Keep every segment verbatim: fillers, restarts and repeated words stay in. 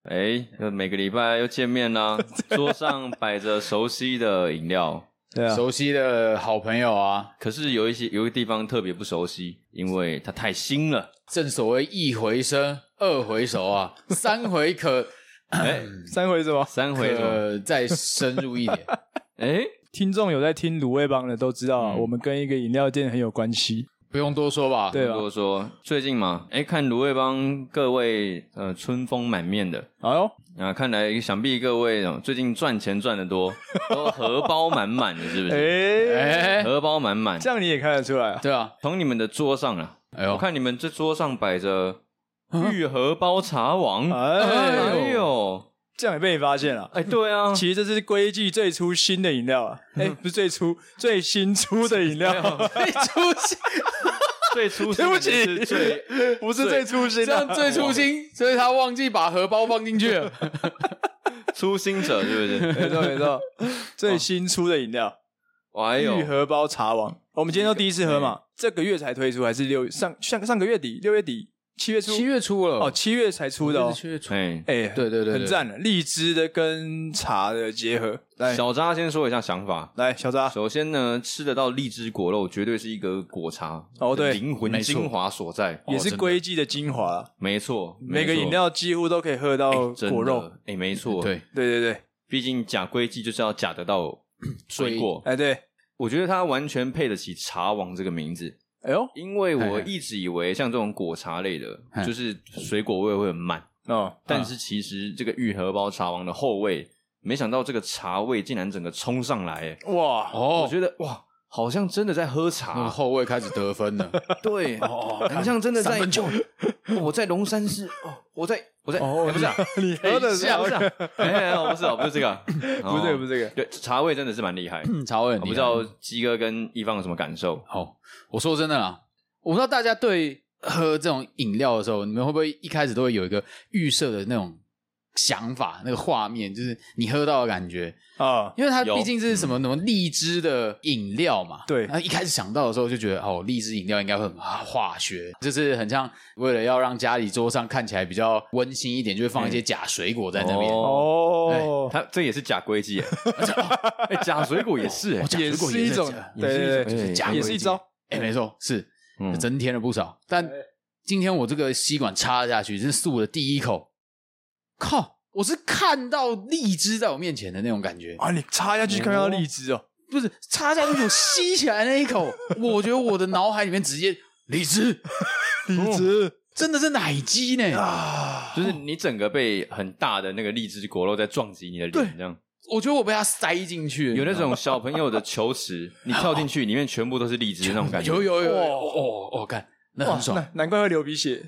哎，每个礼拜又见面啦，桌上摆着熟悉的饮料， 对啊， 熟悉的好朋友啊。 可是有一些有一个地方特别不熟悉，因为它太新了。 正所谓一回生，二回熟啊，三回可哎，三回什么？ 三回可再深入一点。 哎， 听众有在听卤味帮的都知道啊， 嗯、 我们跟一个饮料店很有关系。 不用多说吧， 对吧？ 不多说，最近嘛，哎，看卤味帮各位呃春风满面的， 哎呦， 啊，看来想必各位、哦、最近赚钱赚得多，都荷包满满的，是不是？ 哎、 欸，荷包满满， 这样你也看得出来啊？ 对啊， 从你们的桌上啊， 哎呦， 我看你们这桌上摆着玉荷包茶王， 哎哎呦， 这样也被你发现了。 哎，对啊， 其实这是龟记最初新的饮料啊，哎，不是最初，最新出的饮料， 最初新。 最初心，对不起，最不是最初心， 这样最初心，所以他忘记把荷包放进去了。 初心者是不是？ 没错没错，最新出的饮料， 哎呦， 玉荷包茶王，我们今天都第一次喝嘛，这个月才推出，还是六上上上个月底，六月底，七月初， 七月初了， 哦，七月才出的哦， 七月初， 哎哎， 对对对， 很赞的，荔枝的跟茶的结合。来， 小扎先说一下想法。 来，小扎， 首先呢，吃得到荔枝果肉，绝对是一个果茶哦，对， 灵魂精华所在， 也是龟记的精华啦。 没错， 每个饮料几乎都可以喝到果肉。 哎，没错， 对对对对， 毕竟假龟记就是要假得到水果。 哎，对， 我觉得它完全配得起茶王这个名字。 哎呦， 因为我一直以为像这种果茶类的，就是水果味会很满哦，但是其实这个玉荷包茶王的后味，没想到这个茶味竟然整个冲上来， 哇！ 哦，我觉得哇，好像真的在喝茶， 后味开始得分了， 对，哦，很像真的在，我在龙山寺，哦，我在，我在，哦，不是啊， 你喝的是啊，不是啊，哎，不是啊，不是这个， 不是这个，不是这个， 对，茶味真的是蛮厉害， 茶味很厉害， 我不知道鸡哥跟一方有什么感受。 好，我说真的啦，我不知道大家对喝这种饮料的时候，你们会不会一开始都会有一个预设的那种想法，那个画面，就是你喝到的感觉啊，因为它毕竟是什么什么荔枝的饮料嘛， 对， 然后一开始想到的时候就觉得哦，荔枝饮料应该会很化学，就是很像为了要让家里桌上看起来比较温馨一点，就会放一些假水果在那边哦， 它这也是假龟记，哎，假水果也是， 也是一种，对对对， 假也是一招， 哎，没错，是增添了不少，但今天我这个吸管插下去，这是我的第一口。靠！我是看到荔枝在我面前的那种感觉啊！你插下去看到荔枝哦， 不是插下去就吸起来那一口，我觉得我的脑海里面直接荔枝， 荔枝真的是奶鸡呢啊！ 就是你整个被很大的那个荔枝果肉在撞击你的脸，这样。 我觉得我被它塞进去， 有那种小朋友的球池，你跳进去里面全部都是荔枝那种感觉。 有有有哦哦，干。那很爽， 难怪会流鼻血。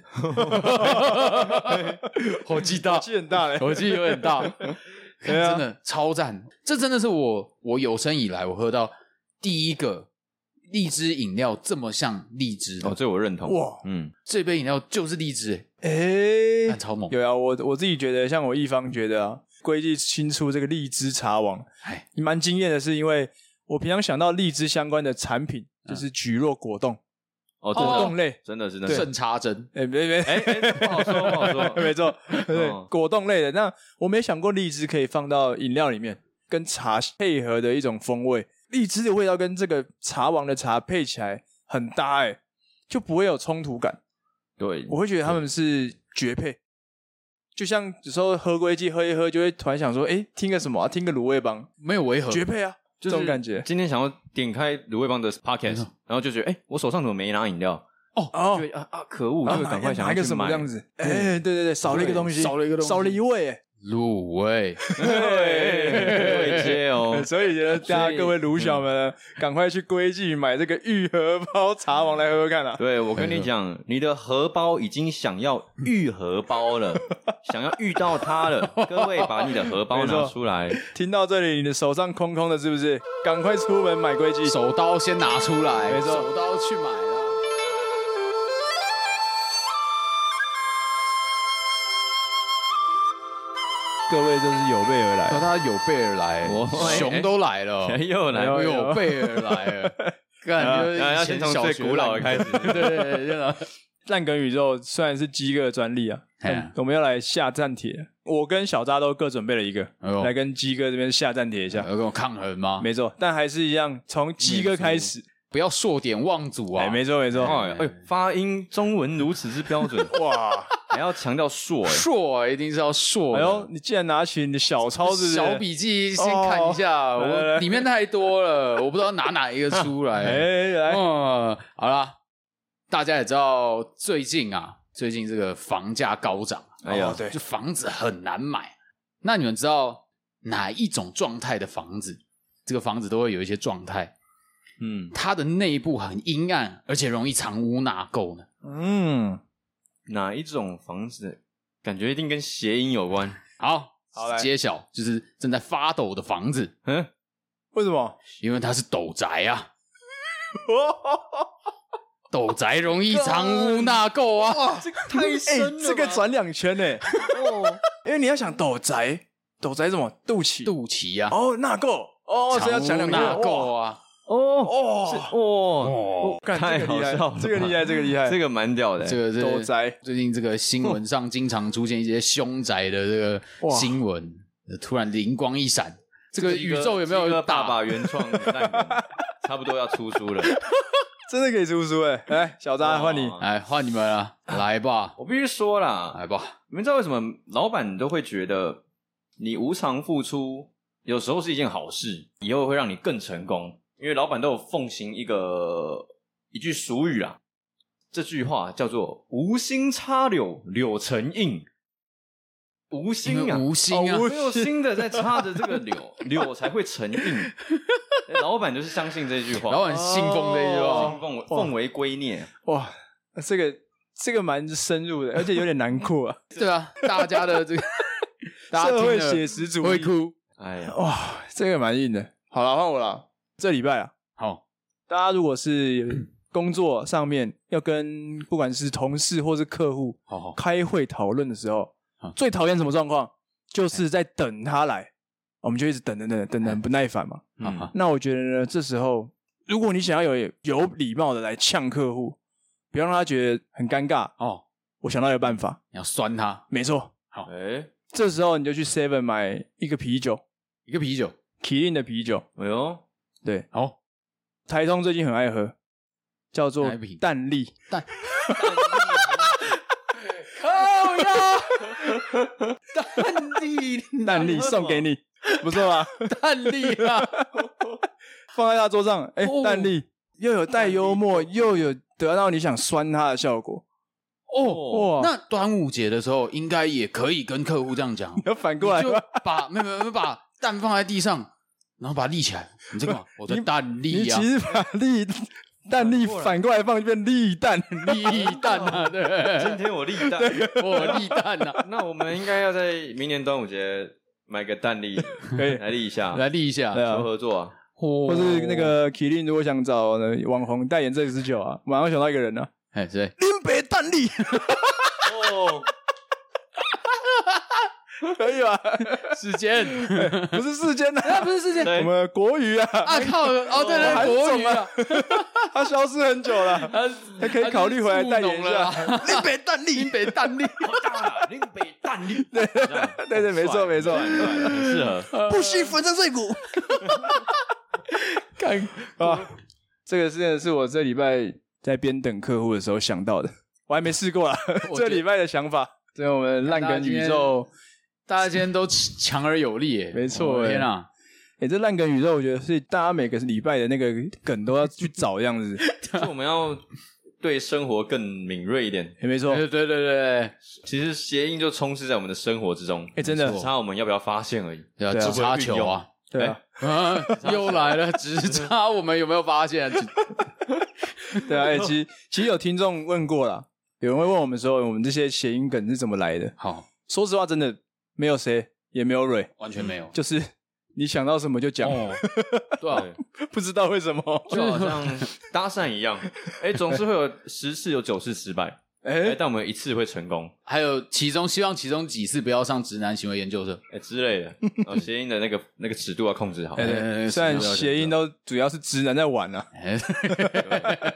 火气大， 火气很大嘞， 火气有点大，真的超赞！这真的是我我有生以来我喝到第一个荔枝饮料这么像荔枝的哦，这我认同。 哇， 嗯，这杯饮料就是荔枝， 哎、欸， 欸、超猛！ 有啊，我我自己觉得，像我一方觉得啊，龟记新出这个荔枝茶王，哎，蛮惊艳的，是因为我平常想到荔枝相关的产品就是蒟蒻果冻。 哦， 果冻类， 真的是那圣茶针， 哎，别别， 哎哎，不好说，不好说， 没错，对，果冻类的。那我没想过荔枝可以放到饮料里面，跟茶配合的一种风味。荔枝的味道跟这个茶王的茶配起来很搭，哎，就不会有冲突感。 对， 我会觉得他们是绝配。就像有时候喝龟记喝一喝，就会突然想说，哎，听个什么、啊？听个卤味帮， 没有违和， 绝配啊！这种感觉。 今天想要点开卤味帮的 podcast，、嗯、然后就觉得，哎，我手上怎么没拿饮料？ 哦哦， 就啊啊，可恶！就会赶快想要去买个什么这样子。哎、欸，对对对，少了一个东西， 少了一个东西， 少了一味，哎， 卤味， 对接哦。 所以觉得大家各位卤小们，赶快去龟记买这个玉荷包茶王来喝喝看啊！ 对，我跟你讲，你的荷包已经想要玉荷包了，想要遇到它了。各位，把你的荷包拿出来。 听到这里，你的手上空空的，是不是？赶快出门买龟记， 手刀先拿出来， 没错， 手刀去买了。 各位都是有备而来， 他有备而来，熊都来了， 又来， 有备而来了。感觉要先从最古老的开始， 对对对， 烂梗宇宙虽然是鸡哥的专利啊，我们要来下战帖。我跟小扎都各准备了一个，哎、来跟鸡哥这边下战帖一下。 要跟我抗衡吗？ 没错，但还是一样，从鸡哥开始， 不要硕典忘祖啊！ 哎，没错没错。 哎，发音中文如此之标准，哇！还要强调硕， 硕一定是要硕。 哎呦，你竟然拿起你的小抄子、 小笔记先看一下，哦、我里面太多了，我不知道拿哪一个出来。 哎，来， 嗯，好啦，大家也知道最近啊，最近这个房价高涨， 哎呀，对， 就房子很难买。那你们知道哪一种状态的房子，这个房子都会有一些状态，嗯，它的内部很阴暗，而且容易藏污纳垢呢？嗯。 哪一种房子感觉一定跟谐音有关？ 好，好来揭晓，就是正在发抖的房子。 嗯，为什么？ 因为它是斗宅啊！斗宅容易藏污纳垢啊！ 哇，这个太深了、欸，这个转两圈呢、欸。哦，因为你要想斗宅，斗宅什么？肚脐， 肚脐啊！ 哦，纳垢哦，所以要讲两圈纳垢啊！ 哦哦哦哦，太好笑了，这个厉害，这个厉害， 这个蛮屌的。 这个斗宅最近这个新闻上经常出现一些凶宅的这个新闻，突然灵光一闪，这个宇宙有没有爸爸原创烂梗？差不多要出书了， 真的可以出书哎！来，小张换你， 来换你们了，来吧！ 我必须说啦， 来吧！ 你们知道为什么老板都会觉得你无偿付出有时候是一件好事，以后会让你更成功？因为老板都有奉行一个一句俗语啦，这句话叫做无心插柳柳成荫，无心啊， 无心啊， 没有心的在插着这个柳，柳才会成荫。老板就是相信这句话， 老板信奉这句话， 信奉奉为圭臬。 哇，这个这个蛮深入的，而且有点难过啊。 对啊，大家的这个社会写实主义会哭。 哎呀， 哇，这个蛮硬的。好了，换我了。这礼拜啊， 好， 大家如果是工作上面要跟不管是同事或是客户好好开会讨论的时候，最讨厌什么状况？就是在等他来，我们就一直等等等等等很不耐烦嘛。嗯、那我觉得呢，这时候如果你想要有有礼貌的来呛客户，不要让他觉得很尴尬哦。我想到一个办法， 你要酸他， 没错。 好， 哎， 这时候你就去 Seven 买一个啤酒， 一个啤酒， 麒麟的啤酒。 哎呦。 对， 好， 台通最近很爱喝，叫做蛋力。 蛋，靠呀！蛋力， 蛋力送给你，不错吧？ 蛋力啊， 放在他桌上，哎、欸，蛋力又有带幽默，又有得到你想酸他的效果。 哦，哇！那端午节的时候，应该也可以跟客户这样讲， 你要反过来， 就把没有没有把蛋放在地上。然后把它立起来，你这个我的蛋力啊！ 你其实把力蛋力反过来放，就变立蛋， 立蛋啊！对， 今天我立蛋， 我立蛋啊！ 那我们应该要在明年端午节买个蛋力，可以来立一下， 来立一下， 求合作啊！ 或是那个麒麟，如果想找网红代言这支酒啊，马上想到一个人呢， 哎，谁？ 林北蛋力哦。可以吧？ 世间不是世间啊，不是世间， 我们国语啊！ 啊靠！哦，对对，国语啊， 他消失很久了，他可以考虑回来代言一下。林北蛋力， 林北蛋力， 好大啊！林北蛋力， 对对对，没错没错， 很适合。 不惜粉身碎骨。看啊，这个真的是我这礼拜在边等客户的时候想到的，我还没试过啊。这礼拜的想法，对我们烂梗宇宙。 大家今天都强而有力耶， 没错、欸， 天啊！ 哎、欸，这烂梗宇宙，我觉得是大家每个礼拜的那个梗都要去找这样子， 就我们要对生活更敏锐一点。 也、欸、没错， 对对对对， 其实谐音就充斥在我们的生活之中， 哎、欸，真的， 只差我们要不要发现而已。 对啊，只差球啊， 对啊， 欸、又来了，只差我们有没有发现？ 对啊，哎、欸，其实其实有听众问过啦，有人会问我们说，我们这些谐音梗是怎么来的？ 好， 说实话，真的。没有谁，也没有蕊， 完全没有， 就是你想到什么就讲。 哦、对啊， 不知道为什么， 就好像搭讪一样，哎、欸，总是会有十次有九次失败，哎、欸，但我们一次会成功。 还有其中希望其中几次不要上直男行为研究社， 哎、欸、之类的，哦，谐音的那个那个尺度要控制好。 哎、欸，虽然谐音都主要是直男在玩啊，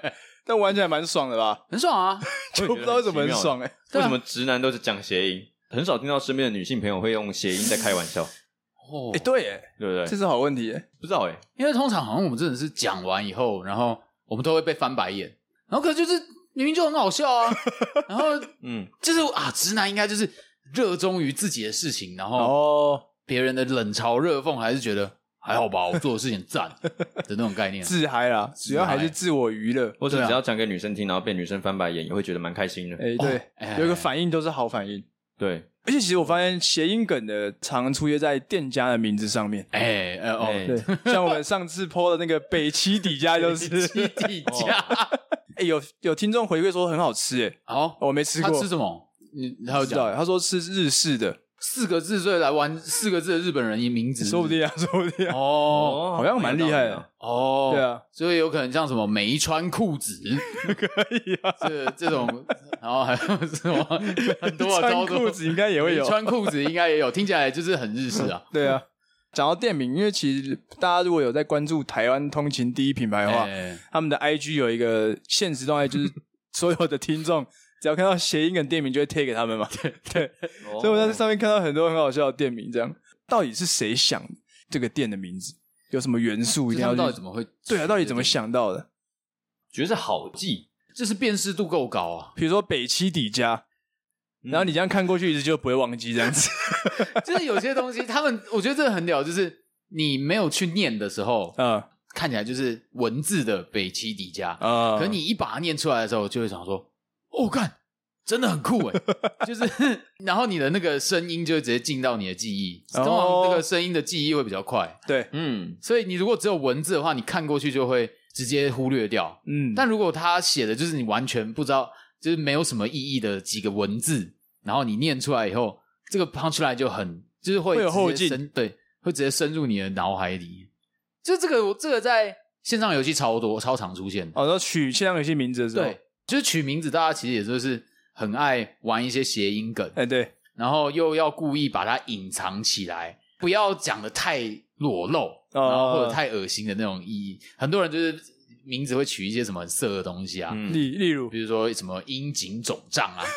但玩起来蛮爽的吧？ 很爽啊， 就不知道为什么很爽哎、 欸。为什么直男都是讲谐音？很少听到身边的女性朋友会用谐音在开玩笑。 哦，哎、欸，对，哎， 对不对？ 这是好问题，哎， 不知道哎， 因为通常好像我们真的是讲完以后，然后我们都会被翻白眼，然后可是就是明明就很好笑啊，然后嗯，就是啊，直男应该就是热衷于自己的事情，然后哦，别人的冷嘲热讽还是觉得还好吧，我做的事情赞的那种概念， 自嗨啦，主要还是自我娱乐， 或者只要讲给女生听，然后被女生翻白眼，也会觉得蛮开心的。 哎、欸，对，哦欸、有一个反应都是好反应， 对。 而且其实我发现谐音梗的常出现在店家的名字上面， 哎、欸，呃哦， 对，像我们上次 po 的那个北七底家就是北七底家， 哎、欸，有有听众回馈说很好吃，哎， 哦， 我没吃过， 他吃什么？你他有讲， 他说吃日式的。 四个字，所以来玩四个字的日本人名字是不是， 说不定啊，说不定啊。 哦， 好像蛮厉害的哦。 对啊， 所以有可能像什么没穿裤子， 可以啊。 这这种，然后还有什么很多啊， 穿裤子应该也会有， 穿裤子应该也有，听起来就是很日式啊。 对啊，讲到店名，因为其实大家如果有在关注台湾通勤第一品牌的话，欸、他们的 I G 有一个限时动态，就是所有的听众。只要看到谐音梗店名就会贴给他们嘛，对对，哦、所以我在上面看到很多很好笑的店名，这样到底是谁想这个店的名字？有什么元素一定要？ 到底怎么会？ 对啊，到底怎么想到的？ 觉得是好记， 就是辨识度够高啊。 比如说北七底家，嗯、然后你这样看过去，一直就不会忘记这样子。 就是有些东西，他们我觉得这个很屌，就是你没有去念的时候，嗯，看起来就是文字的北七底家，嗯，可是你一把它念出来的时候，就会想说。哦，干，真的很酷哎！就是，然后你的那个声音就会直接进到你的记忆，通常那个声音的记忆会比较快。 对， 嗯，所以你如果只有文字的话，你看过去就会直接忽略掉。嗯，但如果他写的就是你完全不知道，就是没有什么意义的几个文字，然后你念出来以后，这个 punchline 就很就是会会有后劲， 对，会直接深入你的脑海里。就这个，这个在线上游戏超多、超常出现。 哦，说取线上游戏名字的时候。 对。就是取名字，大家其实也就是很爱玩一些谐音梗， 哎、欸，对， 然后又要故意把它隐藏起来，不要讲的太裸露，哦、然后或者太恶心的那种意义。很多人就是名字会取一些什么很色的东西啊， 嗯、例例如， 比如说什么阴茎肿胀啊，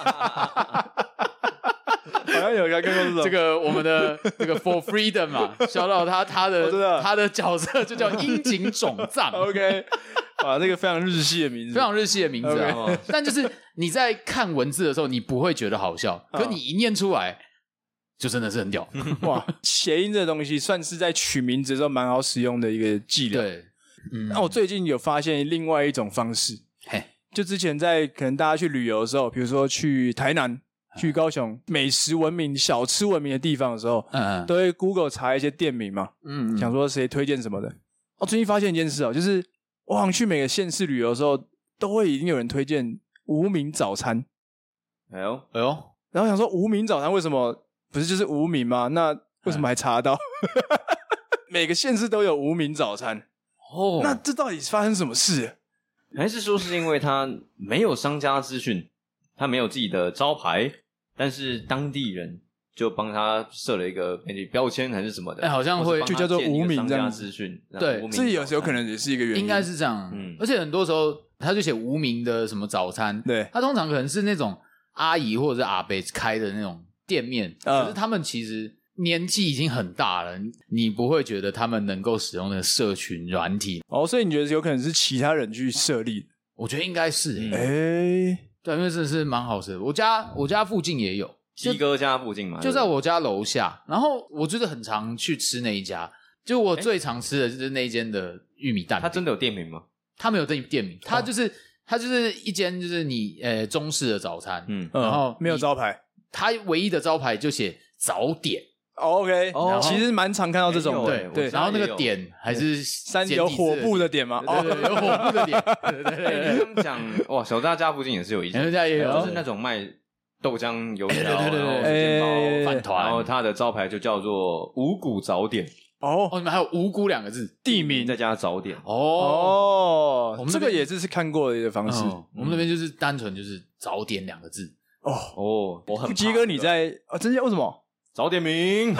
好像有人看过这种。 这个我们的这个 For Freedom 嘛，笑到他他的他的角色就叫阴茎肿胀。 OK。啊，这个非常日系的名字， 非常日系的名字啊！ Okay. 但就是你在看文字的时候，你不会觉得好笑，可你一念出来，就真的是很屌哇！谐音这东西算是在取名字的时候蛮好使用的一个伎俩。 对， 嗯。那我最近有发现另外一种方式， 嘿， 就之前在可能大家去旅游的时候，比如说去台南、去高雄，美食闻名、小吃闻名的地方的时候，嗯，都会 Google 查一些店名嘛，嗯，想说谁推荐什么的。我最近发现一件事哦，就是。我好像去每个县市旅游的时候，都会一定有人推荐无名早餐。 哎呦哎呦， 然后想说无名早餐为什么不是就是无名吗？那为什么还查到？每个县市都有无名早餐哦，那这到底发生什么事？ 还是说是因为他没有商家资讯，他没有自己的招牌，但是当地人就帮他设了一个标签还是什么的， 哎、欸，好像会就叫做无名这样资讯。 对， 这有有可能也是一个原因， 应该是这样。嗯，而且很多时候他就写无名的什么早餐， 对， 他通常可能是那种阿姨或者是阿伯开的那种店面，嗯、可是他们其实年纪已经很大了，你不会觉得他们能够使用那个社群软体哦，所以你觉得有可能是其他人去设立的？ 我觉得应该是、欸， 哎、欸， 对，因为真的是蛮好吃的。我家我家附近也有。 鸡哥家附近嘛， 就在我家楼下。然后我就是很常去吃那一家，就我最常吃的就是那一间的玉米蛋饼。 它真的有店名吗？ 它没有店店名，它就是、哦、它就是一间就是你呃中式的早餐， 嗯， 然后、 嗯、没有招牌， 它唯一的招牌就写早点。 哦、OK， 哦，其实蛮常看到这种， 对对。然后那个点还是三有火部的点吗？ 对对对，有火部的点。对对对， 你这样讲哇，小大家附近也是有一间， 小大家也有， 就是那种卖豆浆油条， 对对对对， 煎包、 饭团， 然后它的招牌就叫做五谷早点。 哦哦，你们还有五谷两个字， 地名再加早点。 哦哦，我们这个也是是看过的一个方式。 嗯、我们那边就是单纯就是早点两个字。 哦哦，我很鸡哥你在啊？真的为什么？ 早点名。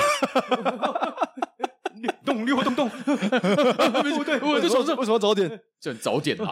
动六动动， 对，我在手上为什么早点？ 就早点来，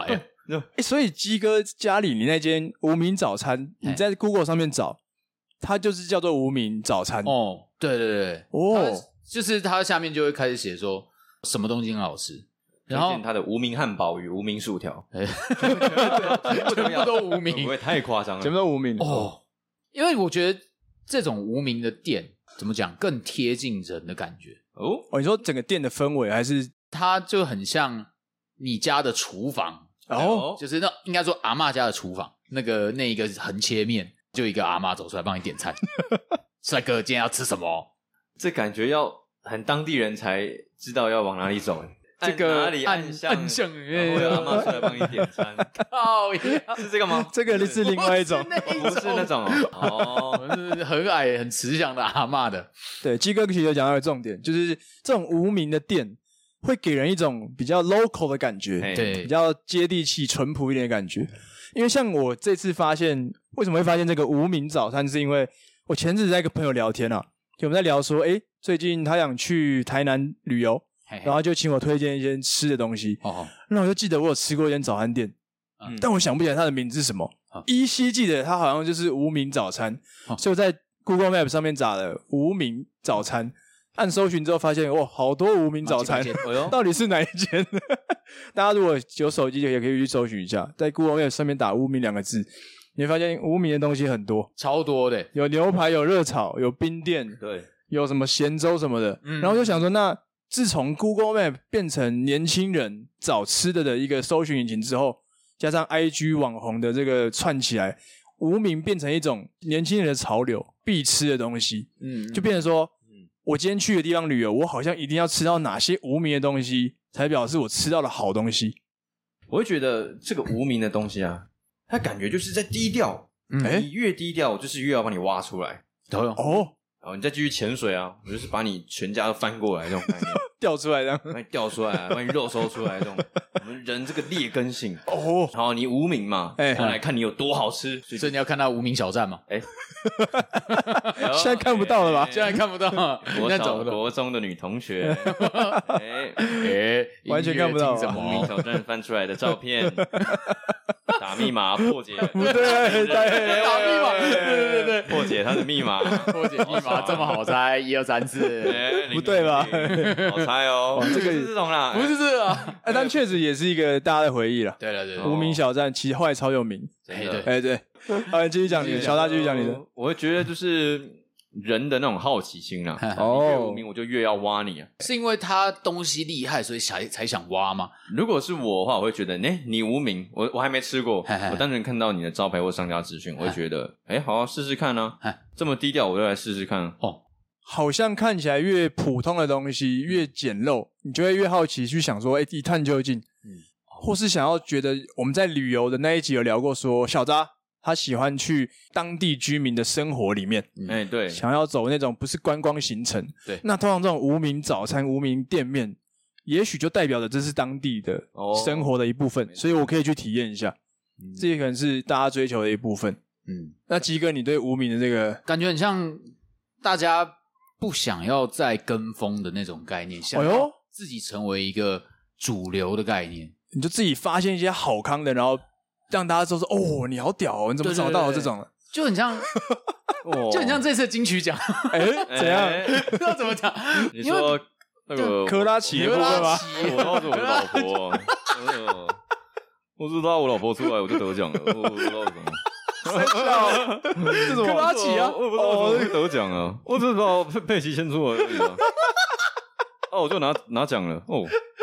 欸、所以鸡哥家里你那间无名早餐，你在 Google 上面找，它就是叫做无名早餐。 哦，对对对， 哦， 就是它下面就会开始写说什么东西很好吃，然后它的无名汉堡与无名薯条， 欸、全部都无名， 不会太夸张了， 全部都无名哦。因为我觉得这种无名的店怎么讲更贴近人的感觉哦。 哦，你说整个店的氛围还是它就很像你家的厨房哦，就是那应该说阿嬷家的厨房，那个那一个横切面，就一个阿嬷走出来帮你点餐，帅哥今天要吃什么？ 这感觉要很当地人才知道要往哪里走。 这个哪里暗向暗向， 然后有阿嬷出来帮你点餐， 靠呀， 是这个吗？ 这个是另外一种， 不是那种哦， 哦，是很矮很慈祥的阿嬷的。 对，鸡哥其实有讲到的重点，就是这种无名的店会给人一种比较 local 的感觉， 对， 比较接地气、淳朴一点的感觉。因为像我这次发现，为什么会发现这个无名早餐，是因为我前阵子在跟朋友聊天啊，就我们在聊说，诶，最近他想去台南旅游。然后就请我推荐一些吃的东西，哦，那我就记得我有吃过一间早餐店，嗯，但我想不起来它的名字是什么，哦，依稀记得它好像就是无名早餐，哦，所以我在 Google Map 上面打了无名早餐，按搜寻之后发现哇，好多无名早餐，到底是哪一间？大家如果有手机也可以去搜寻一下，在 Google Map 上面打无名两个字，你会发现无名的东西很多， 超多的， 有牛排，有热炒，有冰店， 对， 有什么咸粥什么的，嗯，然后就想说那。自从 Google Map 变成年轻人找吃的的一个搜寻引擎之后，加上 I G 网红的这个串起来，无名变成一种年轻人的潮流，必吃的东西。嗯，就变成说，嗯，我今天去的地方旅游，我好像一定要吃到哪些无名的东西，才表示我吃到了好东西。 我会觉得这个无名的东西啊，它感觉就是在低调，嗯，你越低调，就是越要把你挖出来。 哦。 然后你再继续潜水啊，我就是把你全家都翻过来这种概念， 掉出来这样， 把你掉出来，把你肉搜出来这种。我们人这个劣根性哦，然后你无名嘛，哎，我来看你有多好吃， 所以你要看到无名小站嘛，哎， 现在看不到了吧？ 现在看不到了， 国小国中的女同学，哎哎，完全看不到无名小站翻出来的照片。打密码破解， 不对，对， 打密码，对对对， 破解他的密码， 破解密码这么好猜，一二三四， 不对吧？ 好猜哦，这个是这种啦， 不是这个啊， 哎，但确实也是一个大家的回忆啦。 对了对， 无名小站其实后来超有名， 哎对， 哎对，好，继续讲你的，小大继续讲你的， 我会觉得就是人的那种好奇心啦， 哦， 你越无名我就越要挖你啊， 是因为他东西厉害，所以才才想挖吗？ 如果是我的话，我会觉得，哎，你无名，我我还没吃过，我单纯看到你的招牌或商家资讯，我会觉得，哎，好啊，试试看啊，这么低调，我就来试试看哦。好像看起来越普通的东西越简陋，你就会越好奇去想说，哎，一探究竟，嗯，或是想要觉得我们在旅游的那一集有聊过说，小扎他喜欢去当地居民的生活里面， 哎、嗯，对， 想要走那种不是观光行程， 对， 那通常这种无名早餐、无名店面，也许就代表着这是当地的生活的一部分，哦、所以我可以去体验一下，嗯、这也可能是大家追求的一部分。嗯，那基哥，你对无名的这个感觉很像大家不想要再跟风的那种概念，想要自己成为一个主流的概念， 你就自己发现一些好康的，然后让大家都说哦，你好屌哦，你怎么找到这种？ 就很像，就很像这次的金曲奖， 哎，怎样？ 不知道怎么讲？ 你说那个科拉奇的部分吗？ 我告诉我的老婆，我知道我老婆出来我就得奖了，我不知道什么。 三小，这种科拉奇啊， 我也不知道我得得奖啊，我只知道佩佩奇先出来而已啊。哦，我就拿拿奖了哦。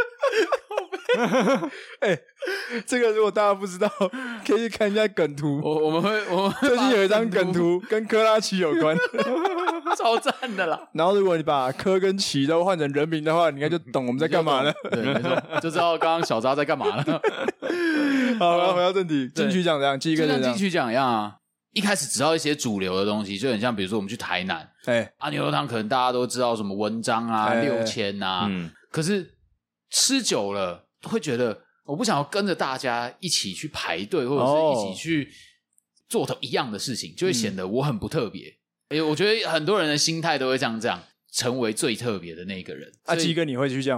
哎、欸，这个如果大家不知道，可以去看一下梗图。 我我们会，我们最近有一张梗图跟科拉奇有关， 超赞的啦。 然后如果你把科跟奇都换成人名的话，你应该就懂我们在干嘛了。 对，没错，就知道刚刚小扎在干嘛了。 好，我要回到正题，金曲奖这样，第一个就像金曲奖一样啊。一开始只要一些主流的东西，就很像，比如说我们去台南，哎、欸，啊牛肉汤可能大家都知道什么文章啊、欸、六千啊，嗯，可是吃久了会觉得，我不想要跟着大家一起去排队，或者是一起去做同一样的事情，就会显得我很不特别。哎、嗯，我觉得很多人的心态都会这样这样，成为最特别的那个人。 啊，基哥，你会去这样吗？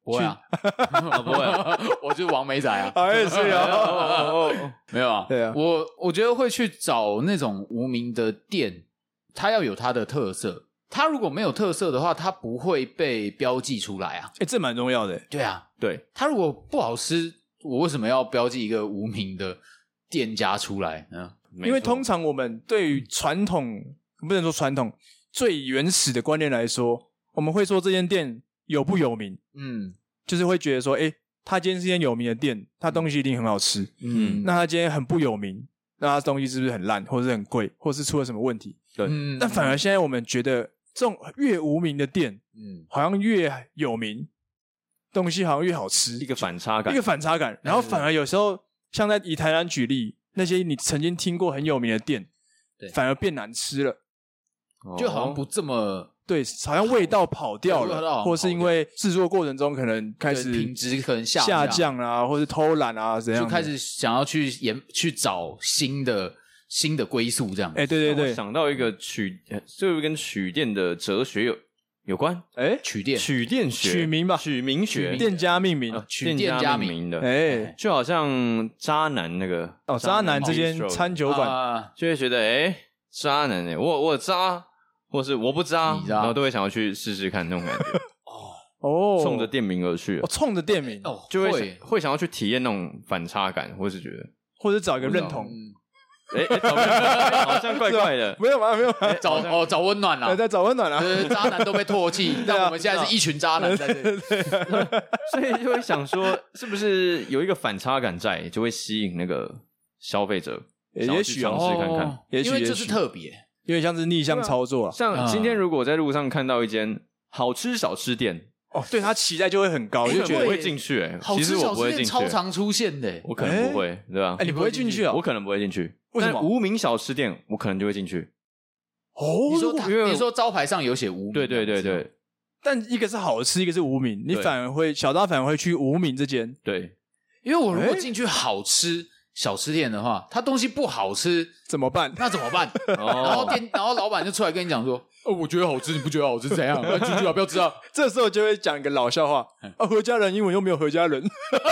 不会啊， 不会啊， 我就是王美仔啊， 啊也是啊， 没有啊， 对啊， 我我觉得会去找那种无名的店，它要有它的特色，它如果没有特色的话，它不会被标记出来啊。 哎，这蛮重要的。 对啊， 对， 它如果不好吃，我为什么要标记一个无名的店家出来呢？ 因为通常我们对于传统，不能说传统，最原始的观念来说，我们会说这间店有不有名， 嗯， 就是会觉得说，诶，他今天是间有名的店，他东西一定很好吃。 嗯， 那他今天很不有名，那他东西是不是很烂，或者是很贵，或是出了什么问题？ 对。 嗯， 但反而现在我们觉得，这种越无名的店， 嗯， 好像越有名，东西好像越好吃， 一个反差感， 一个反差感。然后反而有时候，像在以台南举例，那些你曾经听过很有名的店，反而变难吃了， 就好像不这么。 对，好像味道跑掉了，或是因为制作过程中可能开始品质可能下下降啊，或是偷懒啊，怎样就开始想要去研去找新的新的归宿这样。 哎，对对对， 我想到一个曲，这个跟曲店的哲学有有关。 哎， 曲店曲店学取名吧， 取名学， 店家命名， 取店家命名的。 哎， 就好像渣男那个哦，渣男这间餐酒馆， 就会觉得哎，渣男哎，我我渣。或是我不渣，然后都会想要去试试看那种感觉。 哦， 冲着店名而去， 哦，冲着店名， 哦， 就会会想要去体验那种反差感，或是觉得， 或者找一个认同。 哎哎，找个好像怪怪的， 没有嘛，没有嘛， 找哦找温暖啦， 在找温暖啦。 渣男都被唾弃，但我们现在是一群渣男在这里， 所以就会想说，是不是有一个反差感在，就会吸引那个消费者， 也许尝试看看， 也许因为这是特别。 有点像是逆向操作啊， 像今天如果在路上看到一间好吃小吃店， 哦，对他期待就会很高，就觉得会进去。哎， 其实我不会进去， 超常出现的， 我可能不会，对吧？ 哎，你不会进去啊？ 我可能不会进去。 为什么？ 无名小吃店，我可能就会进去。 哦， 你说你说招牌上有写无名， 对对对对。 但一个是好吃，一个是无名，你反而会小刀反而会去无名这间。 对， 因为我如果进去好吃小吃店的话，它东西不好吃怎么办？ 那怎么办？然后店，然后老板就出来跟你讲说：“哦，我觉得好吃，你不觉得好吃？怎样？那进去啊，不要吃啊！” 这时候就会讲一个老笑话：啊，何家人英文又没有何家人，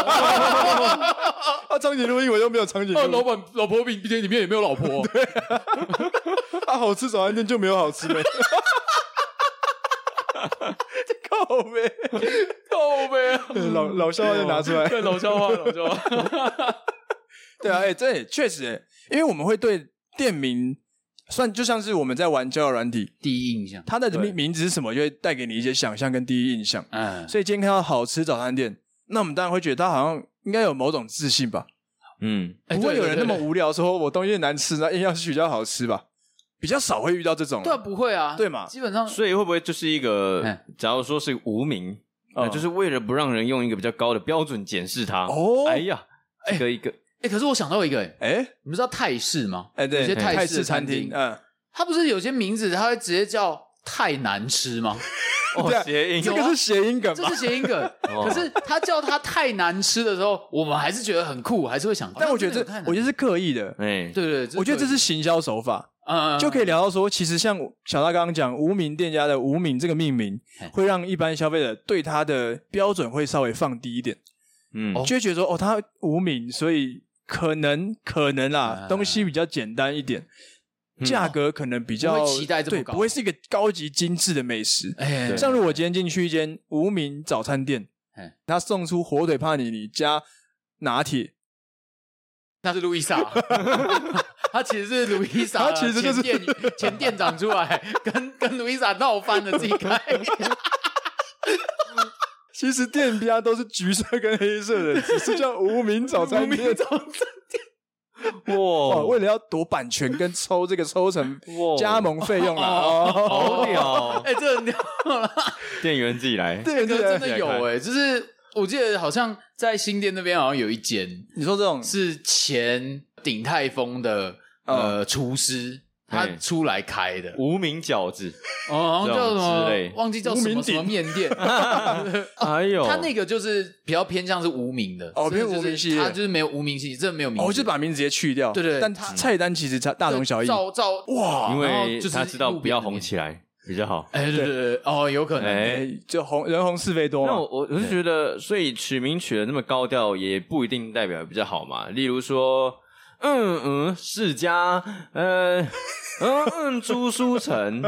啊，长颈鹿英文又没有长颈鹿。 老板老婆饼店里面也没有老婆。 对啊，好吃早餐店就没有好吃呗。靠呗， 靠呗， 老老笑话就拿出来， 对，老笑话，老笑话。 对啊，哎、欸，这确实、欸，因为我们会对店名算就像是我们在玩交友软体， 第一印象， 它的名名字是什么，就会带给你一些想象跟第一印象。嗯，所以今天看到好吃早餐店，那我们当然会觉得它好像应该有某种自信吧。嗯，不会有人那么无聊说我东西难吃，那硬要去比较好吃吧？比较少会遇到这种。 对啊，不会啊， 对嘛？ 基本上， 所以会不会就是一个，假如说是无名，那、嗯、就是为了不让人用一个比较高的标准检视它。哦，哎呀，这个一个。 哎、欸，可是我想到一个、欸，哎、欸，你们知道泰式吗？ 哎、欸，对， 有些泰式餐厅，嗯， 它不是有些名字，它会直接叫太难吃吗？ 哦，谐音， 这个是谐音梗吧？ 这是谐音梗。哦、可是他叫它太难吃的时候，我们还是觉得很酷，还是会想。 但我觉得这，我觉得是刻意的。 哎、 欸，对对对， 我觉得这是行销手法。嗯，就可以聊到说，其实像小大刚刚讲，无名店家的无名这个命名，会让一般消费者对它的标准会稍微放低一点。嗯，就会觉得说，哦，它无名，所以。可能可能啦，东西比较简单一点，嗯、价格可能比较不会期待这么高， 对，不会是一个高级精致的美食。哎，像如果今天进去一间无名早餐店，他送出火腿帕尼尼加拿铁， 那是路易莎，他其实是路易莎， 他其实就是前店前店长出来跟跟路易莎闹翻了，自己开。 其实店家都是橘色跟黑色的，只是叫无名早餐店。 无名早餐店， 哇！哇为了要夺版权跟抽这个抽成加盟费用啦，哦， 好屌！ 哎、欸，这很屌啦！ 店员自己来， 这个真的有哎、欸，就是我记得好像在新店那边好像有一间， 你说这种是前鼎泰丰的呃厨师。他出来开的无名饺子， 哦，叫什么？忘记叫什么什么面店。 哎呦， 他那个就是比较偏向是无名的， 哦，偏无名系列， 他就是没有无名系列，真的没有名字， 哦，就把名字直接去掉。对对，但菜单其实大同小异。 照照哇， 因为他知道不要红起来， 比较好。 哎、欸，对对对，哦，有可能，哎、 欸，就红人红是非多嘛。 那我我是觉得，所以取名取的那么高调，也不一定代表比较好嘛。例如说，嗯嗯，世家，呃，嗯嗯，朱书成，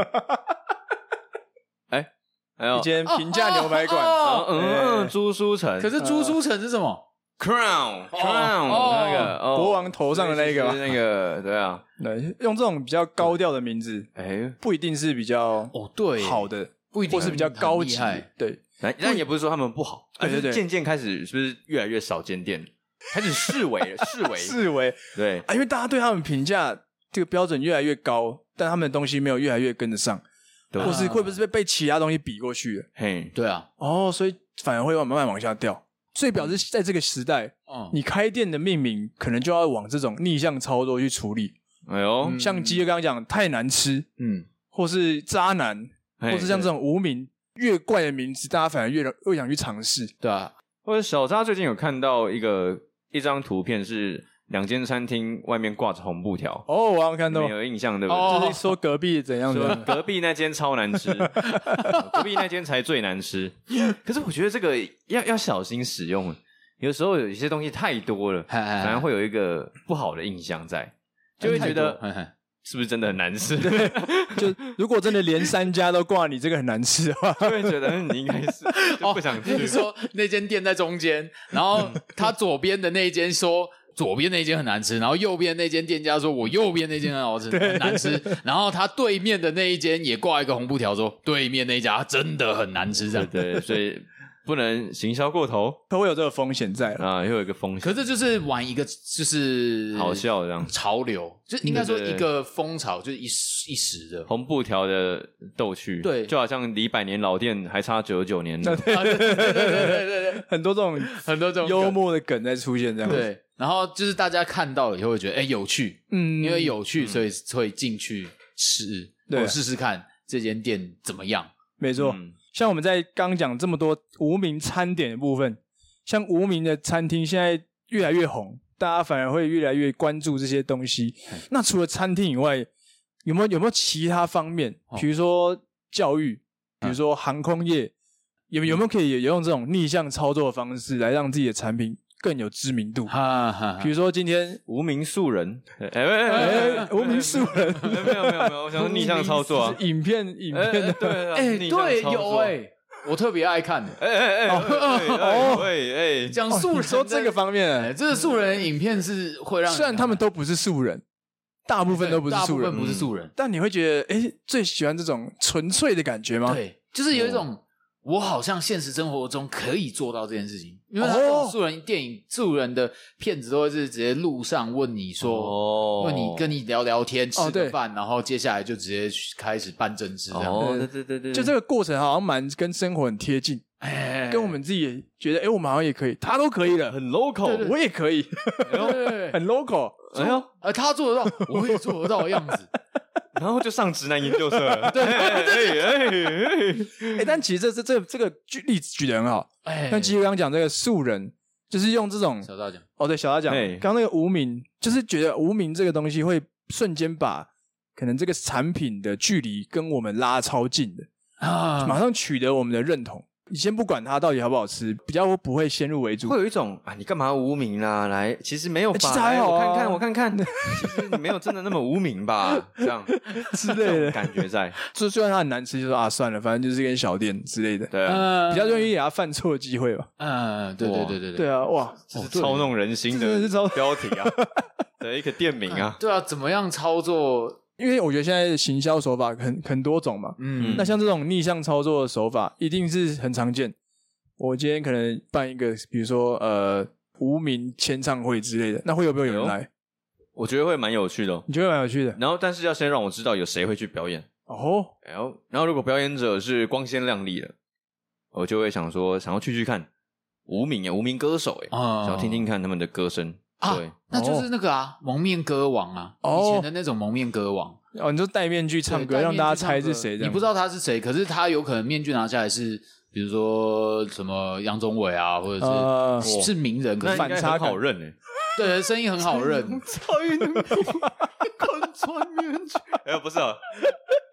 哎，还有一间平价牛排馆， 哦嗯嗯，朱书成。 可是朱书成是什么？ Crown Crown、哦、那个、哦、 国王头上的那个吧， 那个对啊， 对，用这种比较高调的名字，哎，不一定是比较哦对好的， 不一定或是比较高级，对， 但也不是说他们不好， 对对对， 渐渐开始是不是越来越少间店，开始视为了，视为视为对啊，因为大家对他们评价这个标准越来越高，但他们的东西没有越来越跟得上，或是会不会被被其他东西比过去了？ 嘿， 对啊，哦，所以反而会慢慢往下掉。所以表示在这个时代，嗯，你开店的命名可能就要往这种逆向操作去处理。 哎呦， 嗯、像基哥刚刚讲太难吃，嗯，或是渣男，或是像这种无名越怪的名字，大家反而越越想去尝试， 对啊。 或者小渣最近有看到一个一张图片是两间餐厅外面挂着红布条， 哦，我有看到， 你有印象对不对？ 哦、就是说隔壁怎样的， 说隔壁那间超难吃，隔壁那间才最难吃。可是我觉得这个要要小心使用，有时候有一些东西太多了，反而会有一个不好的印象在，就会觉得是不是真的很难吃？ 对，就如果真的连三家都挂你这个很难吃的话， 就会觉得你应该是就不想去。 哦、你说那间店在中间，然后他左边的那一间说。左边那间很难吃，然后右边那间店家说我右边那间很好吃，很难吃，然后他对面的那一间也挂一个红布条说对面那一家真的很难吃，这样对对，所以不能行销过头， 都会有这个风险在啊，会有一个风险。 可是这就是玩一个就是好笑这样潮流，就应该说一个风潮，就是一时一时的红布条的逗趣， 对， 就好像离百年老店还差九十九年呢， 对对对对对对，很多这种很多这种幽默的梗在出现这样子。 对。然后就是大家看到了以后会觉得哎有趣，嗯，因为有趣，所以会进去吃，对，我试试看这间店怎么样。 没错，嗯、像我们在刚讲这么多无名餐点的部分，像无名的餐厅现在越来越红，大家反而会越来越关注这些东西。嗯、那除了餐厅以外，有没有有没有其他方面？比如说教育，比如说航空业，有有没有可以用这种逆向操作的方式来让自己的产品更有知名度？哈哈，比如说今天无名素人，哎哎哎，无名素人， 没有没有没有，我想说逆向操作啊， 影片影片的， 对， 哎对，有哎，我特别爱看， 哎哎哎哦哎哎， 讲素人说这个方面， 这个素人影片是会让， 虽然他们都不是素人，大部分都不是素人， 大部分不是素人， 但你会觉得，哎，最喜欢这种纯粹的感觉吗？ 对，就是有一种。我好像现实生活中可以做到这件事情，因为他这种素人电影、素人的片子都会是直接路上问你说，哦、问你跟你聊聊天、吃个饭，哦、然后接下来就直接开始办正事这样。 哦，对对对对，就这个过程好像蛮跟生活很贴近，哎，跟我们自己也觉得，哎，我们好像也可以，他都可以了， 很 local， 对对我也可以，很 local， 哎呦，呃，他做得到，我也做得到的样子。 然后就上直男研究社了，对，哎哎哎哎，但其实这这这这个举例子举得很好，哎，但其实刚刚讲这个素人，就是用这种小大奖， 哦，对，小大奖，刚刚那个无名，就是觉得无名这个东西会瞬间把可能这个产品的距离跟我们拉超近的啊，马上取得我们的认同。你先不管它到底好不好吃，比较不会先入为主， 会有一种啊，你干嘛无名啦？来，其实没有吧， 其实还好、 啊，我看看，我看看，其实你没有真的那么无名吧？这样之类的感觉在， 就虽然它很难吃，就说啊算了，反正就是一间小店之类的， 对啊， 比较容易给他犯错的机会吧。 嗯，对对对对对啊，哇， 这是操弄人心的标题啊，的一个店名啊， 对啊，怎么样操作？ 因为我觉得现在的行销手法很很多种嘛，嗯，那像这种逆向操作的手法，一定是很常见。我今天可能办一个，比如说呃无名签唱会之类的，那会有没有有人来？ 我觉得会蛮有趣的、哦， 你觉得蛮有趣的。 然后，但是要先让我知道有谁会去表演哦。然后，然后如果表演者是光鲜亮丽的，我就会想说，想要去去看无名啊，无名歌手哎，哦、想要听听看他们的歌声。 啊、 对， 那就是那个啊，蒙面歌王啊，哦、以前的那种蒙面歌王。 哦，你就戴面具唱歌，让大家猜是谁？ 你不知道他是谁，可是他有可能面具拿下来是。比如说什么杨宗纬啊，或者是、呃、是名人，可是反差好认诶、欸， 对，声音很好认。 才能够看穿面具，哎，不是啊，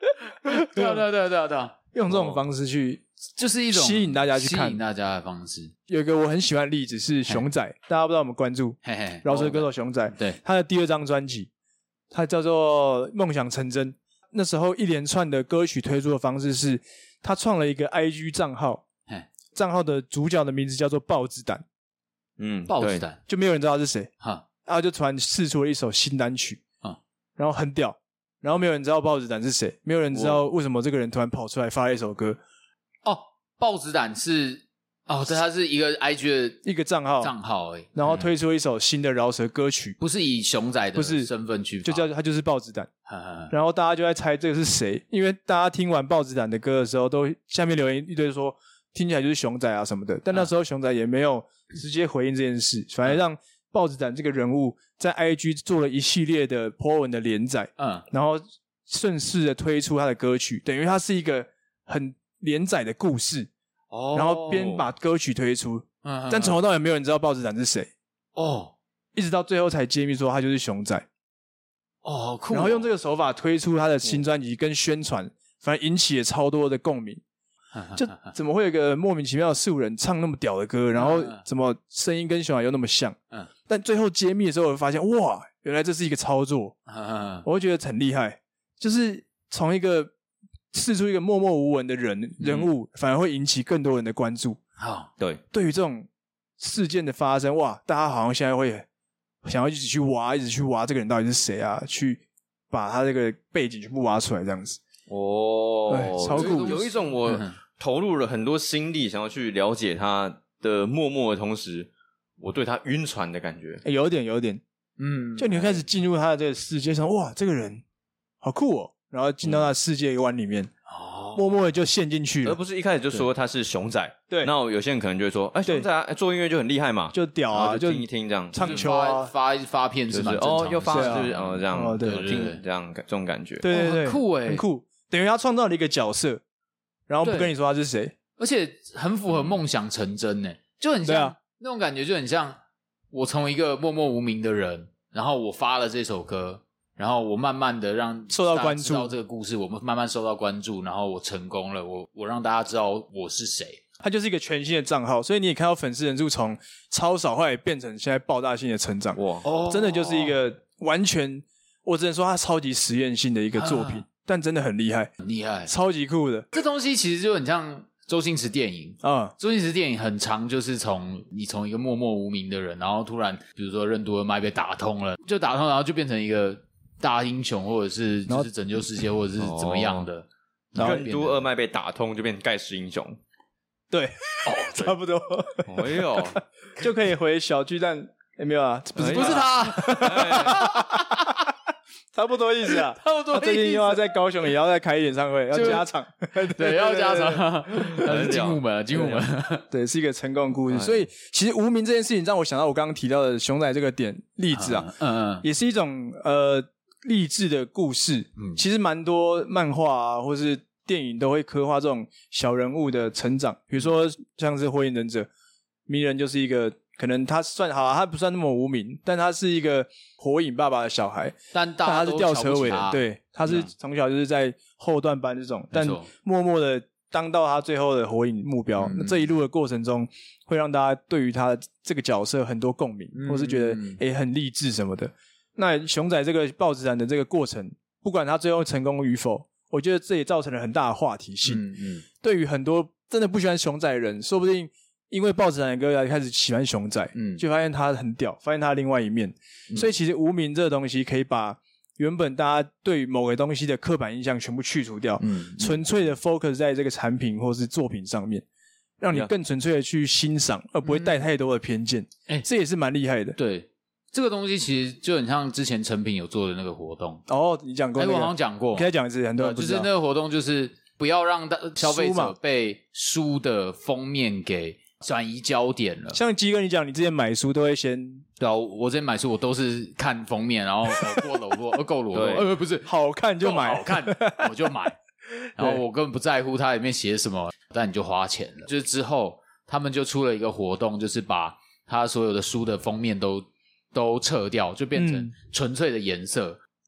对啊，对啊，对啊，对啊，对啊， 用这种方式去就是一种吸引大家去看， 吸引大家的方式。 有一个我很喜欢的例子是熊仔，大家不知道有没有关注？ 嘿嘿， 饶舌歌手熊仔， 对， 他的第二张专辑，他叫做《梦想成真》。那时候一连串的歌曲推出的方式是，他创了一个 I G 账号，账号的主角的名字叫做豹子胆， 嗯， 豹子胆， 就没有人知道他是谁， 哈， 然后就突然释出了一首新单曲， 嗯， 然后很屌，然后没有人知道豹子胆是谁，没有人知道为什么这个人突然跑出来发了一首歌。 哦，豹子胆是哦，对，他是一个 I G 的一个账号账号而已， 然后推出一首新的饶舌歌曲， 不是以熊仔的不是身份去发， 就叫他就是豹子胆。 呵呵然后大家就在猜这个是谁，因为大家听完豹子胆的歌的时候，都下面留言一堆说听起来就是熊仔啊什么的，但那时候熊仔也没有直接回应这件事，反而让豹子胆这个人物在 I G 做了一系列的 po 文的连载，嗯，然后顺势的推出他的歌曲，等于他是一个很连载的故事，哦，然后边把歌曲推出，嗯，但从头到尾没有人知道豹子胆是谁，哦，一直到最后才揭秘说他就是熊仔。哦，好酷哦！然后用这个手法推出他的新专辑跟宣传，反而引起了超多的共鸣。就怎么会有一个莫名其妙的素人唱那么屌的歌，然后怎么声音跟熊仔又那么像？嗯，但最后揭秘的时候，我发现哇，原来这是一个操作，我会觉得很厉害。就是从一个释出一个默默无闻的人人物，反而会引起更多人的关注。 好，对， 对于这种事件的发生，哇，大家好像现在会想要一直去挖，一直去挖这个人到底是谁啊？去把他这个背景全部挖出来，这样子。 哦， 超酷！ 有一种我投入了很多心力，想要去了解他的默默的同时，我对他晕船的感觉。 欸、有一点，有一点，嗯，就你会开始进入他的这个世界上，哇，这个人好酷哦！然后进到他的世界观里面。嗯默默的就陷进去了， 而不是一开始就说他是熊仔。 对， 那有些人可能就会说，哎，熊仔啊，做音乐就很厉害嘛， 就屌啊， 就听一听这样， 唱秋啊， 发发片是蛮正常的， 哦，又发就是哦这样， 对， 听这样这种感觉， 对对对， 很酷哎， 很酷，等于他创造了一个角色，然后不跟你说他是谁， 而且很符合梦想成真呢，就很像那种感觉，就很像我从一个默默无名的人，然后我发了这首歌。然后我慢慢的让受到关注， 知道这个故事，我们慢慢受到关注，然后我成功了，我我让大家知道我是谁。 它就是一个全新的账号，所以你也看到粉丝人数从超少后来变成现在爆炸性的成长。哇，哦，真的就是一个完全，我只能说它超级实验性的一个作品，啊、但真的很厉害， 很厉害， 超级酷的。 这东西其实就很像周星驰电影啊，嗯、周星驰电影很长，就是从你从一个默默无名的人，然后突然比如说任督二脉被打通了，就打通，然后就变成一个。大英雄，或者是就是拯救世界，或者是怎么样的， 然后任督二脉被打通，就变盖世英雄。 对，哦，差不多。 哎呦， 就可以回小巨蛋，有没有啊？不是， 不是他， 差不多意思啊， 差不多意思。 最近又要在高雄也要再开演唱会，要加场， 对，要加场。金木门，金木门， 对，是一个成功的故事。所以，其实无名这件事情让我想到我刚刚提到的熊仔这个点例子啊，嗯嗯，也是一种呃。励志的故事，嗯，其实蛮多漫画啊，或是电影都会刻画这种小人物的成长。比如说像是《火影忍者》，鸣人就是一个可能他算好、啊，他不算那么无名，但他是一个火影爸爸的小孩， 但大家他是吊车尾的，对，他是从小就是在后段班这种，嗯、但默默的当到他最后的火影目标。嗯、那这一路的过程中，会让大家对于他这个角色很多共鸣，嗯、或是觉得诶很励志什么的。那熊仔这个豹子胆的这个过程，不管他最后成功与否，我觉得这也造成了很大的话题性。嗯嗯，对于很多真的不喜欢熊仔的人，说不定因为豹子胆的歌开始喜欢熊仔，嗯，就发现他很屌，发现他另外一面。嗯、所以其实无名这个东西可以把原本大家对于某个东西的刻板印象全部去除掉，嗯，纯粹的 focus 在这个产品或是作品上面，让你更纯粹的去欣赏，而不会带太多的偏见。哎、嗯，这也是蛮厉害的。 对。这个东西其实就很像之前成品有做的那个活动哦，你讲过、那個， 哎，我好像讲过， 可以再讲一次，很多人不知道。 就是那个活动，就是不要让消费者被书的封面给转移焦点了。 像基哥你讲，你之前买书都会先， 对啊，我之前买书我都是看封面，然后过裸露，呃，够裸露，呃，不是好看就买， 好看我就买，然后我根本不在乎它里面写什么，但你就花钱了。就是之后他们就出了一个活动，就是把他所有的书的封面都。都撤掉，就变成纯粹的颜色，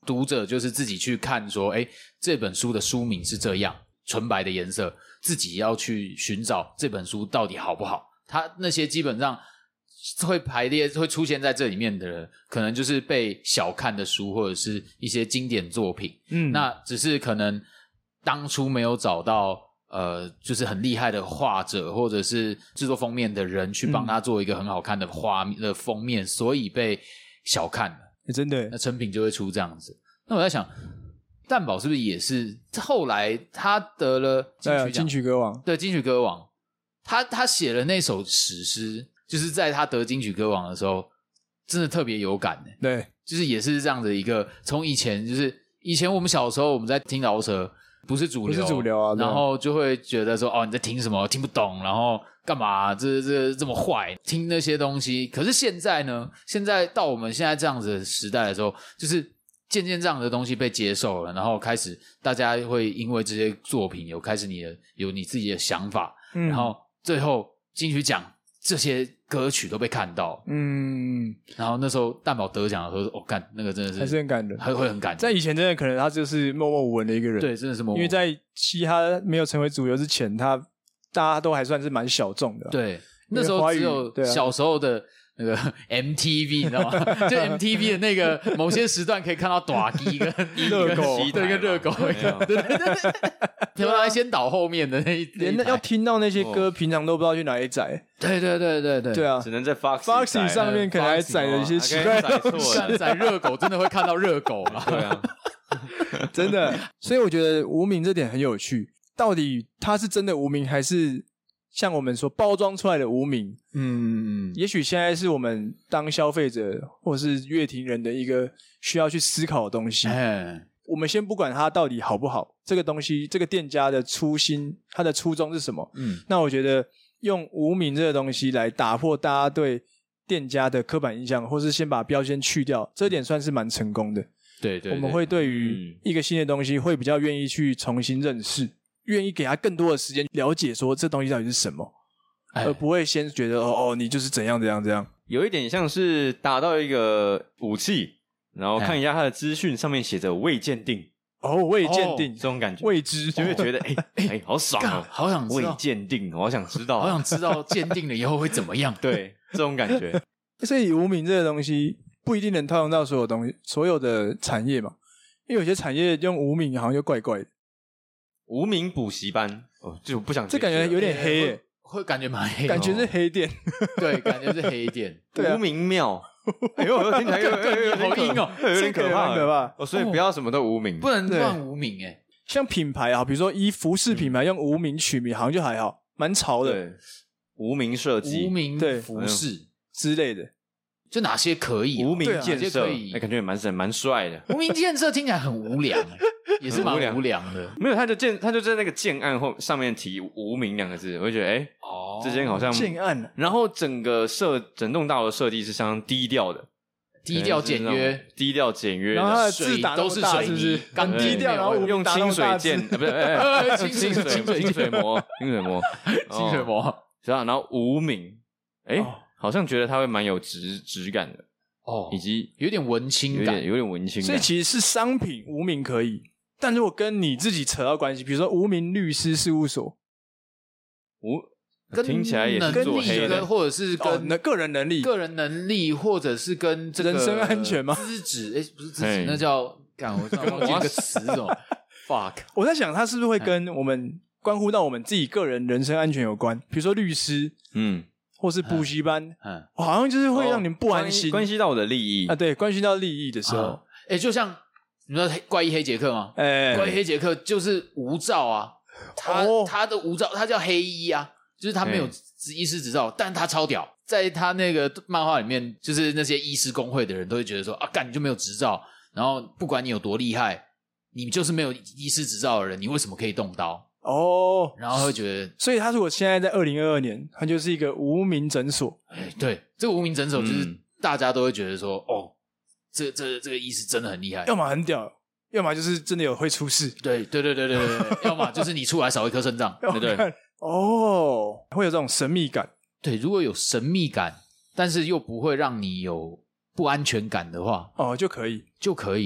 读者就是自己去看说，诶，这本书的书名是这样，纯白的颜色，自己要去寻找这本书到底好不好。它那些基本上会排列会出现在这里面的人，可能就是被小看的书或者是一些经典作品。嗯，那只是可能当初没有找到呃，就是很厉害的画者或者是制作封面的人去帮他做一个很好看的画的封面，所以被小看了。 欸、真的， 那成品就会出这样子。那我在想，蛋堡是不是也是后来他得了金曲奖、 金曲歌王？ 对，金曲歌王，他他写了那首史诗，就是在他得金曲歌王的时候，真的特别有感的。 对， 就是也是这样的一个，从以前就是以前我们小时候我们在听饶舌，不是主流， 不是主流啊， 然后就会觉得说，哦，你在听什么？听不懂，然后干嘛？这这这么坏，听那些东西。可是现在呢？现在到我们现在这样子的时代的时候，就是渐渐这样的东西被接受了，然后开始大家会因为这些作品有开始你的有你自己的想法，嗯、然后最后金曲奖这些歌曲都被看到，嗯，然后那时候蛋堡得奖的时候，我、哦、干那个真的是还是很感人， 还会很感人。 在以前真的可能他就是默默无闻的一个人， 对，真的是默默无闻。 因为在嘻哈没有成为主流之前，他大家都还算是蛮小众的。 对，那时候只有小时候的那个 M T V， 你知道吗？就 M T V 的那个某些时段可以看到短鸡跟热狗， 对，跟热狗一样，对对对。平常先倒后面的那一， 连要听到那些歌，哦、平常都不知道去哪里载。 对对对对对， 对啊， 只能在 Foxy Foxy 上面可能还载了一些奇怪的东西。 载热狗真的会看到热狗啊！ 对啊， 真的。所以我觉得无名这点很有趣，到底他是真的无名，还是像我们说包装出来的无名？嗯，也许现在是我们当消费者或是乐听人的一个需要去思考的东西。哎，我们先不管它到底好不好，这个东西，这个店家的初心，它的初衷是什么？嗯，那我觉得用无名这个东西来打破大家对店家的刻板印象，或是先把标签去掉，这点算是蛮成功的。 对 对, 对， 我们会对于一个新的东西会比较愿意去重新认识，愿意给他更多的时间了解说这东西到底是什么，而不会先觉得哦哦你就是怎样怎样怎样。 有一点像是打到一个武器，然后看一下它的资讯上面写着未鉴定。 哦，未鉴定、哦、 这种感觉， 未知就会觉得哎哎、欸欸、好爽哦， 好想知道未鉴定，我好想知道， 好想知道鉴定了以后会怎么样。 对，这种感觉。 所以无名这个东西不一定能套用到所有东西，所有的产业嘛，因为有些产业用无名好像就怪怪的。 无名补习班，哦，就不想这感觉有点黑耶、欸， 会感觉蛮黑的， 感觉是黑店， 对，感觉是黑店。 对、啊，无名庙。哎呦，听起来有点好阴哦， 有点可怕， 可怕哦。所以不要什么都无名， 不能乱无名哎。 像品牌啊，比如说以服饰品牌用无名取名，好像就还好，蛮潮的。 对，无名设计、 无名服饰之类的， 就哪些可以？ 无名建设，哎，感觉也蛮神、蛮帅的。 无名建设听起来很无良，也是蛮无良的。 没有，他就建，他就在那个建案后上面提“无名”两个字，我就觉得，哎，哦，这间好像建案。然后整个设整栋大楼设计是相当低调的。 低调简约， 低调简约， 然后它的字打都是水泥， 很低调，然后用清水剑，啊，不是，清水清水膜，清水膜， 清水膜， 是吧？然后无名，哎，好像觉得它会蛮有质质感的哦， 以及有点文青感， 有点文青感。 所以其实是商品无名可以，但如果跟你自己扯到关系，比如说无名律师事务所， 无。听起来也是做黑的， 或者是跟、 哦、个人能力、 个人能力，或者是跟这个人身安全吗？ 资质，哎，不是资质，那叫干，我忘记一个词哦 ，fuck。 我在想，它是不是会跟我们关乎到我们自己个人人身安全有关？比如说律师，嗯，或是补习班，嗯，嗯好像就是会让你们不安心， 哦、关系到我的利益啊，对，关系到利益的时候， 哎、嗯，就像你知道怪医黑杰克吗？哎，怪医黑杰克就是无照啊，他、哦、他的无照，他叫黑衣啊。就是他没有医师执照，欸、但他超屌。在他那个漫画里面，就是那些医师工会的人都会觉得说啊，干你就没有执照，然后不管你有多厉害，你就是没有医师执照的人，你为什么可以动刀？哦，然后会觉得， 所以他如果现在在二零二二年，他就是一个无名诊所。 哎，对，这个无名诊所就是大家都会觉得说，嗯、哦，这这这个医师真的很厉害， 要么很屌。要么就是真的有会出事， 对对对对对对，要么就是你出来少一颗肾脏，对不对？ 哦，会有这种神秘感。 对，如果有神秘感，但是又不会让你有不安全感的话， 哦，就可以， 就可以。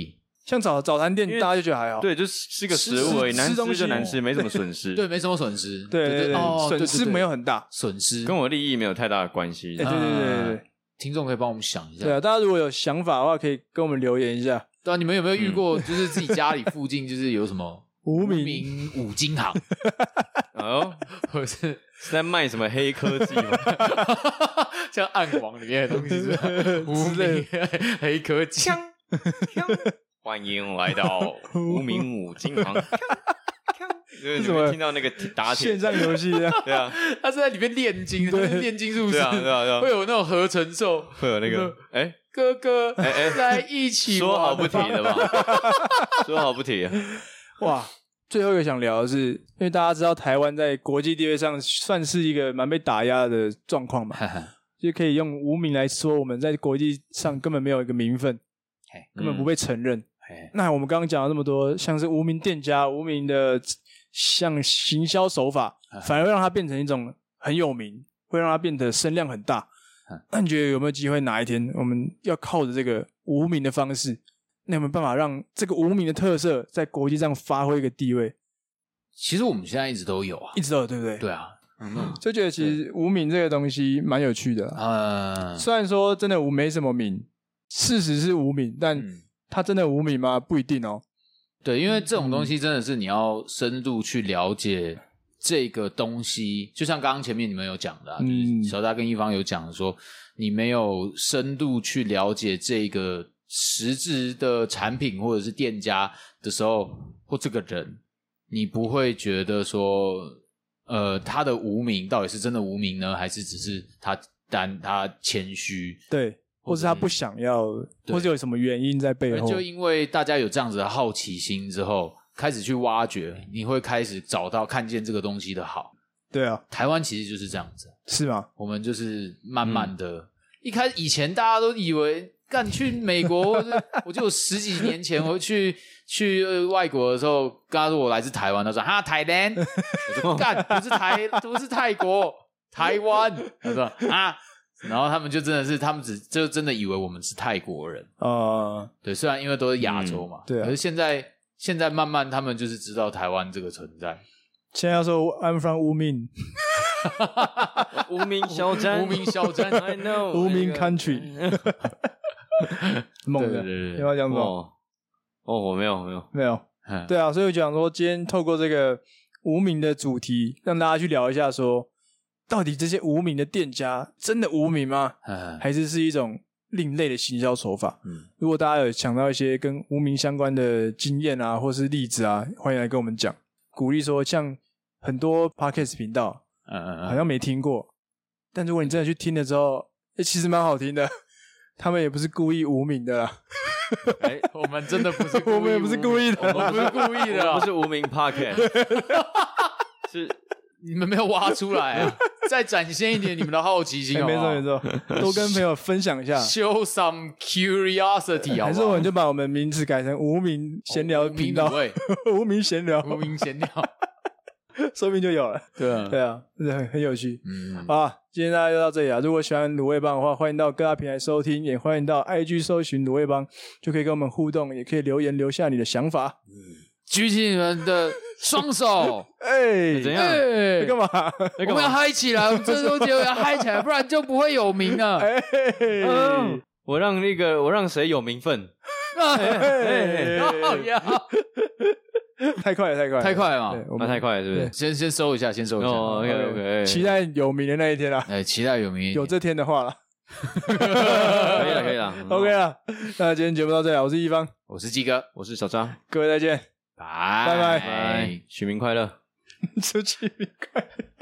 像早早餐店大家就觉得还好， 对，就是是个食物而已，难吃就难吃，没什么损失。 对，没什么损失。 对对对， 哦、 损失没有很大， 损失跟我利益没有太大的关系。 对对对对对， 听众可以帮我们想一下。 对啊，大家如果有想法的话，可以跟我们留言一下。 对啊，你们有没有遇过，就是自己家里附近就是有什么无名五金行？ 哦， 或者是是在卖什么黑科技吗？ 像暗网里面的东西是无名黑科技。 欢迎来到无名五金行。对，你们听到那个打铁线上游戏啊？ 对啊， 他是在里面炼金，炼金术士， 对啊对啊对啊， 会有那种合成兽， 会有那个哎哥哥哎哎在一起说好不提的吧？说好不提。 哇！最后一个想聊的是，因为大家知道台湾在国际地位上算是一个蛮被打压的状况嘛，就可以用无名来说，我们在国际上根本没有一个名分，根本不被承认。嗯、那我们刚刚讲了这么多，像是无名店家、无名的像行销手法，反而会让它变成一种很有名，会让它变得声量很大。那你觉得有没有机会哪一天我们要靠着这个无名的方式？那有没有办法让这个无名的特色在国际上发挥一个地位？ 其实我们现在一直都有啊， 一直都有，对不对？ 对啊，嗯， 就觉得其实无名这个东西蛮有趣的。嗯，虽然说真的无没什么名，事实是无名，但它真的无名吗？不一定哦。 对，因为这种东西真的是你要深入去了解这个东西，就像刚刚前面你们有讲的、啊，嗯、就是小大跟一方有讲说，你没有深度去了解这个实质的产品或者是店家的时候，或这个人，你不会觉得说，呃，他的无名到底是真的无名呢，还是只是他单他谦虚？ 对，或是他不想要，或是有什么原因在背后？ 就因为大家有这样子的好奇心之后，开始去挖掘，你会开始找到看见这个东西的好。 对啊， 台湾其实就是这样子， 是吗？ 我们就是慢慢的，嗯、一开始以前大家都以为。干去美国，我就有十几年前我去去外国的时候，跟他说我来自台湾，他说哈台湾，我说干不是台不是泰国，台湾，他说啊，然后他们就真的是他们只就真的以为我们是泰国人啊、呃，对，虽然因为都是亚洲嘛，嗯、 对、啊， 可是现在现在慢慢他们就是知道台湾这个存在。 现在要说 I'm from 无名。 无名小站， 无名小站 ，I know， 无名 country， 猛的， 对对对， 要不要讲什么？ 哦，哦，我没有，没有， 没有，对啊，所以我讲说，今天透过这个无名的主题，让大家去聊一下说，说到底这些无名的店家真的无名吗？还是是一种另类的行销手法？嗯，如果大家有想到一些跟无名相关的经验啊，或是例子啊，欢迎来跟我们讲，鼓励说，像很多 podcast 频道。嗯嗯嗯，好像没听过，但如果你真的去听了之后，欸、其实蛮好听的。他们也不是故意无名的啦。 哎，我们真的不是故意， 我们也不是故意的， 我们不是故意的， 不是无名 podcast， 是你们没有挖出来啊！再展现一点你们的好奇心好不好， 欸，没错没错，多跟朋友分享一下 ，show some curiosity， 好不好？ 还是我们就把我们名字改成无名闲聊频道，无名闲聊， 无名闲聊。 说明就有了， 对啊， 对啊，很很有趣。嗯，好啊，今天大家就到这里啊。如果喜欢卤味帮的话，欢迎到各大平台收听，也欢迎到 I G 搜寻卤味帮，就可以跟我们互动，也可以留言留下你的想法。 嗯，举起你们的双手， 哎、欸， 怎样？ 欸、干嘛？ 我们要嗨起来，我们这周节目要嗨起来，不然就不会有名了。哎、 欸嗯，我让那个我让谁有名分？哎哎哎太快了，太快了， 太快了嘛！ 那、啊、太快了，是不是？ 先先收一下，先收一下。 哦 ，OK OK， 期待有名的那一天啦！ 哎，期待有名， 有这天的话啦。 可以了，可以了 ，OK 了。那今天节目到这里，我是一方， 我是鸡哥， 我是小张， 各位再见， 拜拜拜拜，取名快乐， 祝取名快乐。